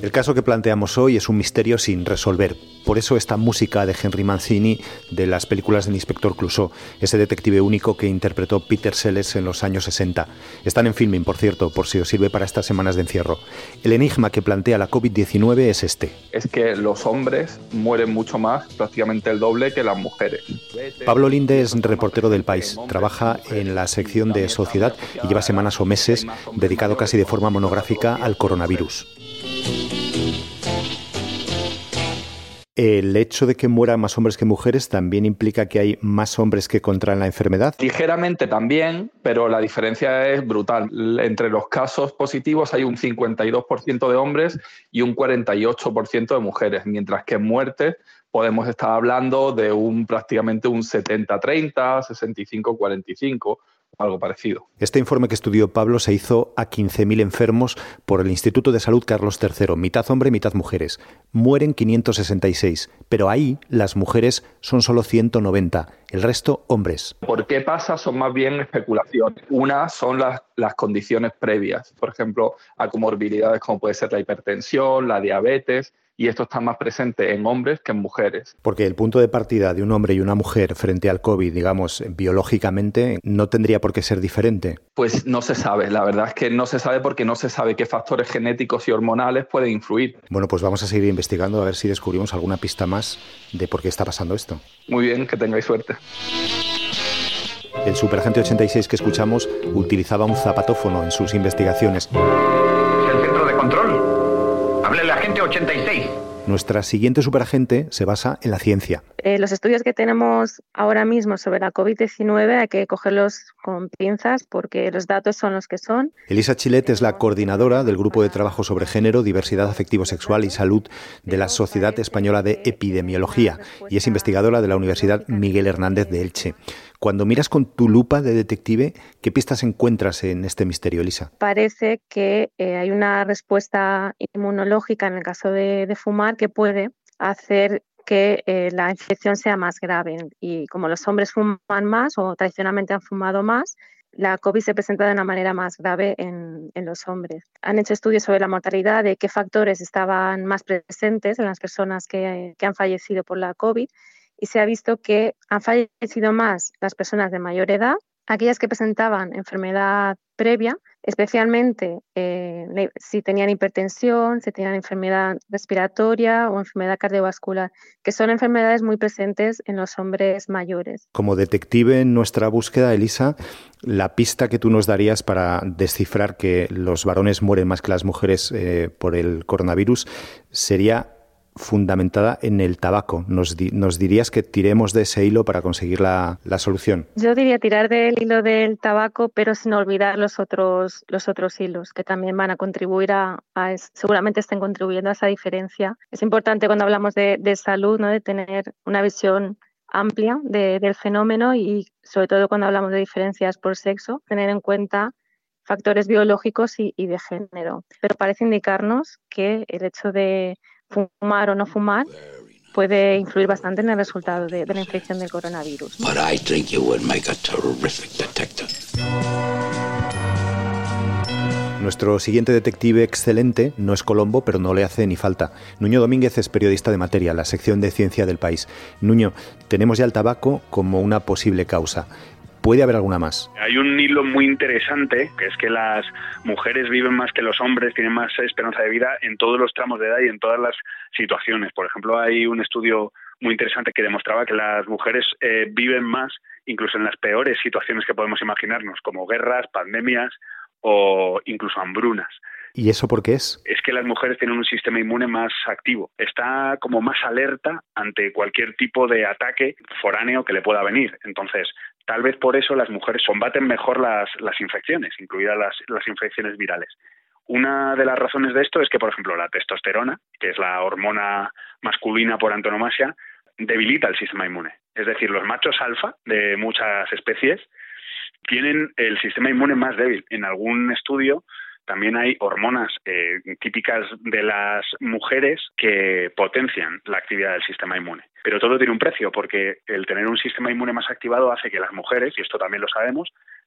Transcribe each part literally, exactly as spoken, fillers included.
El caso que planteamos hoy es un misterio sin resolver. Por eso esta música de Henry Mancini de las películas del Inspector Clouseau, ese detective único que interpretó Peter Sellers en los años sesenta. Están en Filmin, por cierto, por si os sirve para estas semanas de encierro. El enigma que plantea la covid diecinueve es este. Es que los hombres mueren mucho más, prácticamente el doble, que las mujeres. Pablo Linde es reportero del País. Trabaja en la sección de Sociedad y lleva semanas o meses dedicado casi de forma monográfica al coronavirus. ¿El hecho de que mueran más hombres que mujeres también implica que hay más hombres que contraen la enfermedad? Ligeramente también, pero la diferencia es brutal. Entre los casos positivos hay un cincuenta y dos por ciento de hombres y un cuarenta y ocho por ciento de mujeres, mientras que en muertes podemos estar hablando de un prácticamente un setenta treinta, sesenta y cinco cuarenta y cinco, algo parecido. Este informe que estudió Pablo se hizo a quince mil enfermos por el Instituto de Salud Carlos tercero, mitad hombre, mitad mujeres. Mueren quinientos sesenta y seis, pero ahí las mujeres son solo ciento noventa, el resto hombres. ¿Por qué pasa? Son más bien especulaciones. Una son las, las condiciones previas, por ejemplo, a comorbilidades como puede ser la hipertensión, la diabetes, y esto está más presente en hombres que en mujeres. Porque el punto de partida de un hombre y una mujer frente al COVID, digamos, biológicamente, no tendría por qué ser diferente. Pues no se sabe, la verdad es que no se sabe porque no se sabe qué factores genéticos y hormonales pueden influir. Bueno, pues vamos a seguir investigando a ver si descubrimos alguna pista más de por qué está pasando esto. Muy bien, que tengáis suerte. El superagente ochenta y seis que escuchamos utilizaba un zapatófono en sus investigaciones. Es el centro de control. Háblele a agente ochenta y seis. Nuestra siguiente superagente se basa en la ciencia. Eh, los estudios que tenemos ahora mismo sobre la covid diecinueve hay que cogerlos con pinzas porque los datos son los que son. Elisa Chilet es la coordinadora del Grupo de Trabajo sobre Género, Diversidad Afectivo-Sexual y Salud de la Sociedad Española de Epidemiología y es investigadora de la Universidad Miguel Hernández de Elche. Cuando miras con tu lupa de detective, ¿qué pistas encuentras en este misterio, Elisa? Parece que eh, hay una respuesta inmunológica en el caso de, de fumar que puede hacer que eh, la infección sea más grave. Y como los hombres fuman más o tradicionalmente han fumado más, la COVID se presenta de una manera más grave en, en los hombres. Han hecho estudios sobre la mortalidad, de qué factores estaban más presentes en las personas que, que han fallecido por la COVID, y se ha visto que han fallecido más las personas de mayor edad, aquellas que presentaban enfermedad previa, especialmente eh, si tenían hipertensión, si tenían enfermedad respiratoria o enfermedad cardiovascular, que son enfermedades muy presentes en los hombres mayores. Como detective en nuestra búsqueda, Elisa, la pista que tú nos darías para descifrar que los varones mueren más que las mujeres eh, por el coronavirus sería fundamentada en el tabaco. ¿Nos, di- nos dirías que tiremos de ese hilo para conseguir la, la solución? Yo diría tirar del hilo del tabaco, pero sin olvidar los otros, los otros hilos que también van a contribuir a, a seguramente estén contribuyendo a esa diferencia. Es importante cuando hablamos de, de salud, ¿no?, de tener una visión amplia de, del fenómeno y sobre todo cuando hablamos de diferencias por sexo, tener en cuenta factores biológicos y, y de género. Pero parece indicarnos que el hecho de fumar o no fumar puede influir bastante en el resultado de, de la infección del coronavirus. But I think you would make a terrific detective. Nuestro siguiente detective excelente no es Colombo, pero no le hace ni falta. Nuño Domínguez es periodista de Materia, la sección de ciencia del País. Nuño, tenemos ya el tabaco como una posible causa. ¿Puede haber alguna más? Hay un hilo muy interesante, que es que las mujeres viven más que los hombres, tienen más esperanza de vida en todos los tramos de edad y en todas las situaciones. Por ejemplo, hay un estudio muy interesante que demostraba que las mujeres eh, viven más incluso en las peores situaciones que podemos imaginarnos, como guerras, pandemias o incluso hambrunas. ¿Y eso por qué es? Es que las mujeres tienen un sistema inmune más activo. Está como más alerta ante cualquier tipo de ataque foráneo que le pueda venir. Entonces, tal vez por eso las mujeres combaten mejor las, las infecciones, incluidas las, las infecciones virales. Una de las razones de esto es que, por ejemplo, la testosterona, que es la hormona masculina por antonomasia, debilita el sistema inmune. Es decir, los machos alfa de muchas especies tienen el sistema inmune más débil. En algún estudio también hay hormonas eh, típicas de las mujeres que potencian la actividad del sistema inmune. Pero todo tiene un precio, porque el tener un sistema inmune más activado hace que las mujeres, y esto también lo sabemos,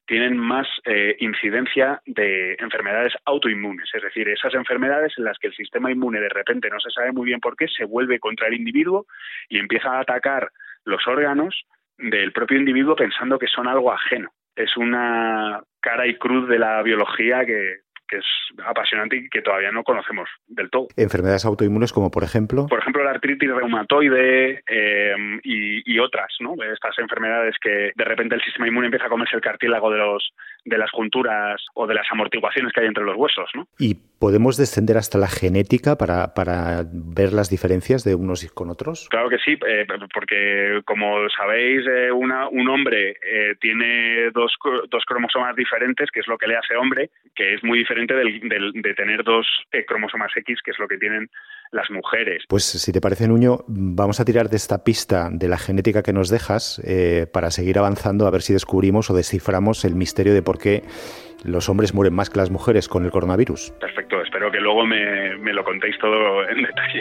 tienen más eh, incidencia de enfermedades autoinmunes, es decir, esas enfermedades en las que el sistema inmune de repente no se sabe muy bien por qué, se vuelve contra el individuo y empieza a atacar los órganos del propio individuo pensando que son algo ajeno. Es una cara y cruz de la biología que... que es apasionante y que todavía no conocemos del todo. Enfermedades autoinmunes como, por ejemplo... Por ejemplo, la artritis reumatoide eh, y, y otras, ¿no? Estas enfermedades que de repente el sistema inmune empieza a comerse el cartílago de los de las junturas o de las amortiguaciones que hay entre los huesos, ¿no? ¿Y podemos descender hasta la genética para, para ver las diferencias de unos con otros? Claro que sí, eh, porque como sabéis, eh, una, un hombre eh, tiene dos, dos cromosomas diferentes, que es lo que le hace hombre, que es muy diferente del, del, de tener dos eh, cromosomas X, que es lo que tienen las mujeres. Pues si te parece, Nuño, vamos a tirar de esta pista de la genética que nos dejas eh, para seguir avanzando, a ver si descubrimos o desciframos el misterio de por qué los hombres mueren más que las mujeres con el coronavirus. Perfecto, espero que luego me, me lo contéis todo en detalle.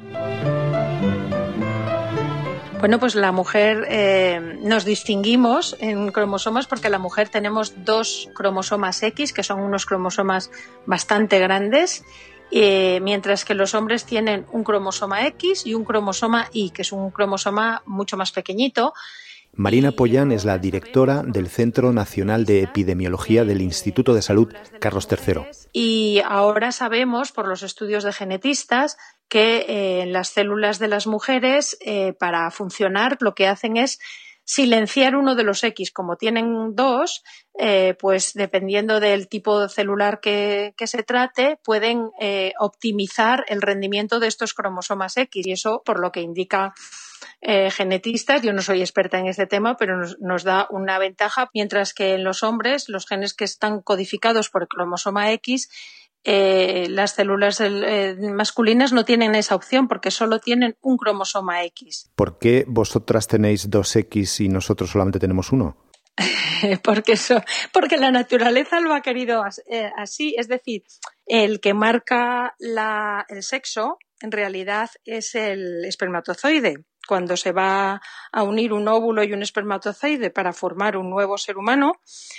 Bueno, pues la mujer eh, nos distinguimos en cromosomas porque la mujer tenemos dos cromosomas X, que son unos cromosomas bastante grandes, eh, mientras que los hombres tienen un cromosoma X y un cromosoma Y, que es un cromosoma mucho más pequeñito. Marina Pollán es la directora del Centro Nacional de Epidemiología del Instituto de Salud Carlos tercero. Y ahora sabemos, por los estudios de genetistas, que eh, las células de las mujeres, eh, para funcionar, lo que hacen es silenciar uno de los X. Como tienen dos, eh, pues dependiendo del tipo celular que, que se trate, pueden eh, optimizar el rendimiento de estos cromosomas X. Y eso, por lo que indica eh, genetistas, yo no soy experta en este tema, pero nos, nos da una ventaja, mientras que en los hombres, los genes que están codificados por el cromosoma X, Eh, las células eh, masculinas no tienen esa opción porque solo tienen un cromosoma X. ¿Por qué vosotras tenéis dos X y nosotros solamente tenemos uno? porque, eso, porque la naturaleza lo ha querido así. Es decir, el que marca la, el sexo en realidad es el espermatozoide. Cuando se va a unir un óvulo y un espermatozoide para formar un nuevo ser humano,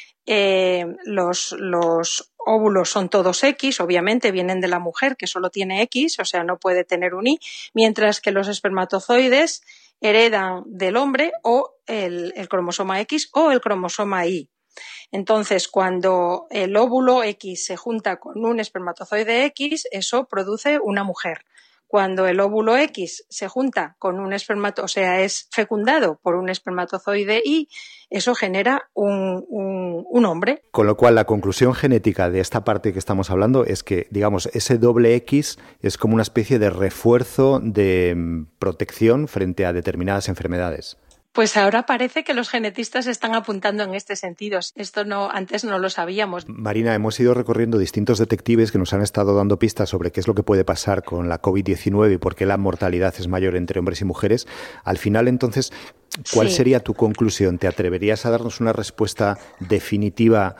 eh, los, los óvulos son todos X, obviamente vienen de la mujer que solo tiene X, o sea, no puede tener un Y, mientras que los espermatozoides heredan del hombre o el, el cromosoma X o el cromosoma Y. Entonces, cuando el óvulo X se junta con un espermatozoide X, eso produce una mujer. Cuando el óvulo X se junta con un espermatozoide, o sea, es fecundado por un espermatozoide Y, eso genera un, un, un hombre. Con lo cual, la conclusión genética de esta parte que estamos hablando es que, digamos, ese doble X es como una especie de refuerzo de protección frente a determinadas enfermedades. Pues ahora parece que los genetistas están apuntando en este sentido. Esto no, antes no lo sabíamos. Marina, hemos ido recorriendo distintos detectives que nos han estado dando pistas sobre qué es lo que puede pasar con la COVID diecinueve y por qué la mortalidad es mayor entre hombres y mujeres. Al final, entonces, ¿cuál sí. sería tu conclusión? ¿Te atreverías a darnos una respuesta definitiva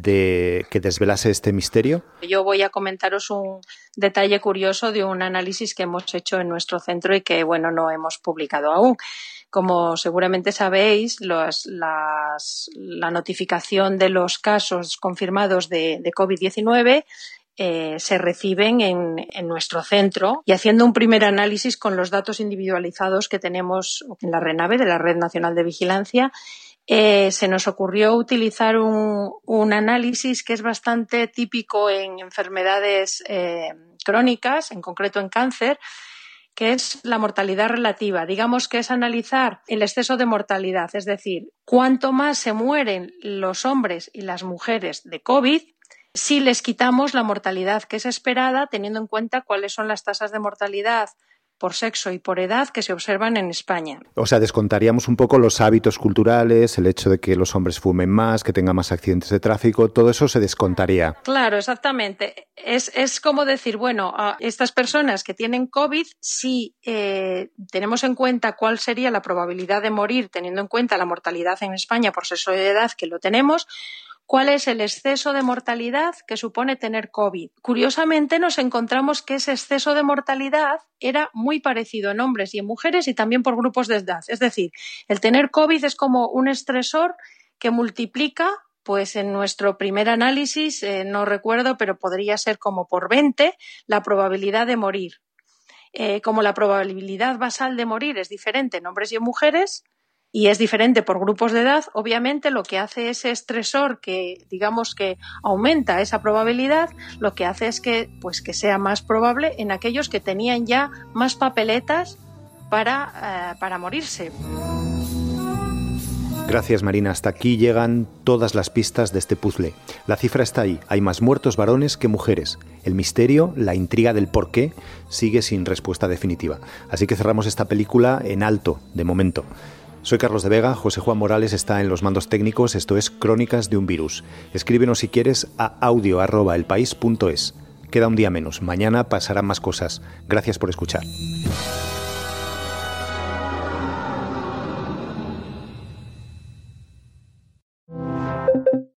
de que desvelase este misterio? Yo voy a comentaros un detalle curioso de un análisis que hemos hecho en nuestro centro y que, bueno, no hemos publicado aún. Como seguramente sabéis, los, las, la notificación de los casos confirmados de, de COVID diecinueve eh, se reciben en, en nuestro centro, y haciendo un primer análisis con los datos individualizados que tenemos en la RENAVE, de la Red Nacional de Vigilancia, eh, se nos ocurrió utilizar un, un análisis que es bastante típico en enfermedades eh, crónicas, en concreto en cáncer, que es la mortalidad relativa. Digamos que es analizar el exceso de mortalidad, es decir, cuánto más se mueren los hombres y las mujeres de COVID si les quitamos la mortalidad que es esperada, teniendo en cuenta cuáles son las tasas de mortalidad por sexo y por edad que se observan en España. O sea, descontaríamos un poco los hábitos culturales, el hecho de que los hombres fumen más, que tengan más accidentes de tráfico, todo eso se descontaría. Claro, exactamente. Es, es como decir, bueno, a estas personas que tienen COVID, si eh, tenemos en cuenta cuál sería la probabilidad de morir, teniendo en cuenta la mortalidad en España por sexo y edad, que lo tenemos, ¿cuál es el exceso de mortalidad que supone tener COVID? Curiosamente, nos encontramos que ese exceso de mortalidad era muy parecido en hombres y en mujeres y también por grupos de edad. Es decir, el tener COVID es como un estresor que multiplica pues en nuestro primer análisis, eh, no recuerdo, pero podría ser como por veinte la probabilidad de morir. Eh, como la probabilidad basal de morir es diferente en hombres y en mujeres, y es diferente por grupos de edad, obviamente lo que hace ese estresor que, digamos, que aumenta esa probabilidad, lo que hace es que, pues, que sea más probable en aquellos que tenían ya más papeletas para, eh, para morirse. Gracias, Marina. Hasta aquí llegan todas las pistas de este puzzle. La cifra está ahí. Hay más muertos varones que mujeres. El misterio, la intriga del por qué, sigue sin respuesta definitiva. Así que cerramos esta película en alto, de momento. Soy Carlos de Vega, José Juan Morales está en los mandos técnicos, esto es Crónicas de un virus. Escríbenos si quieres a audio arroba elpaís punto es. Queda un día menos, mañana pasarán más cosas. Gracias por escuchar.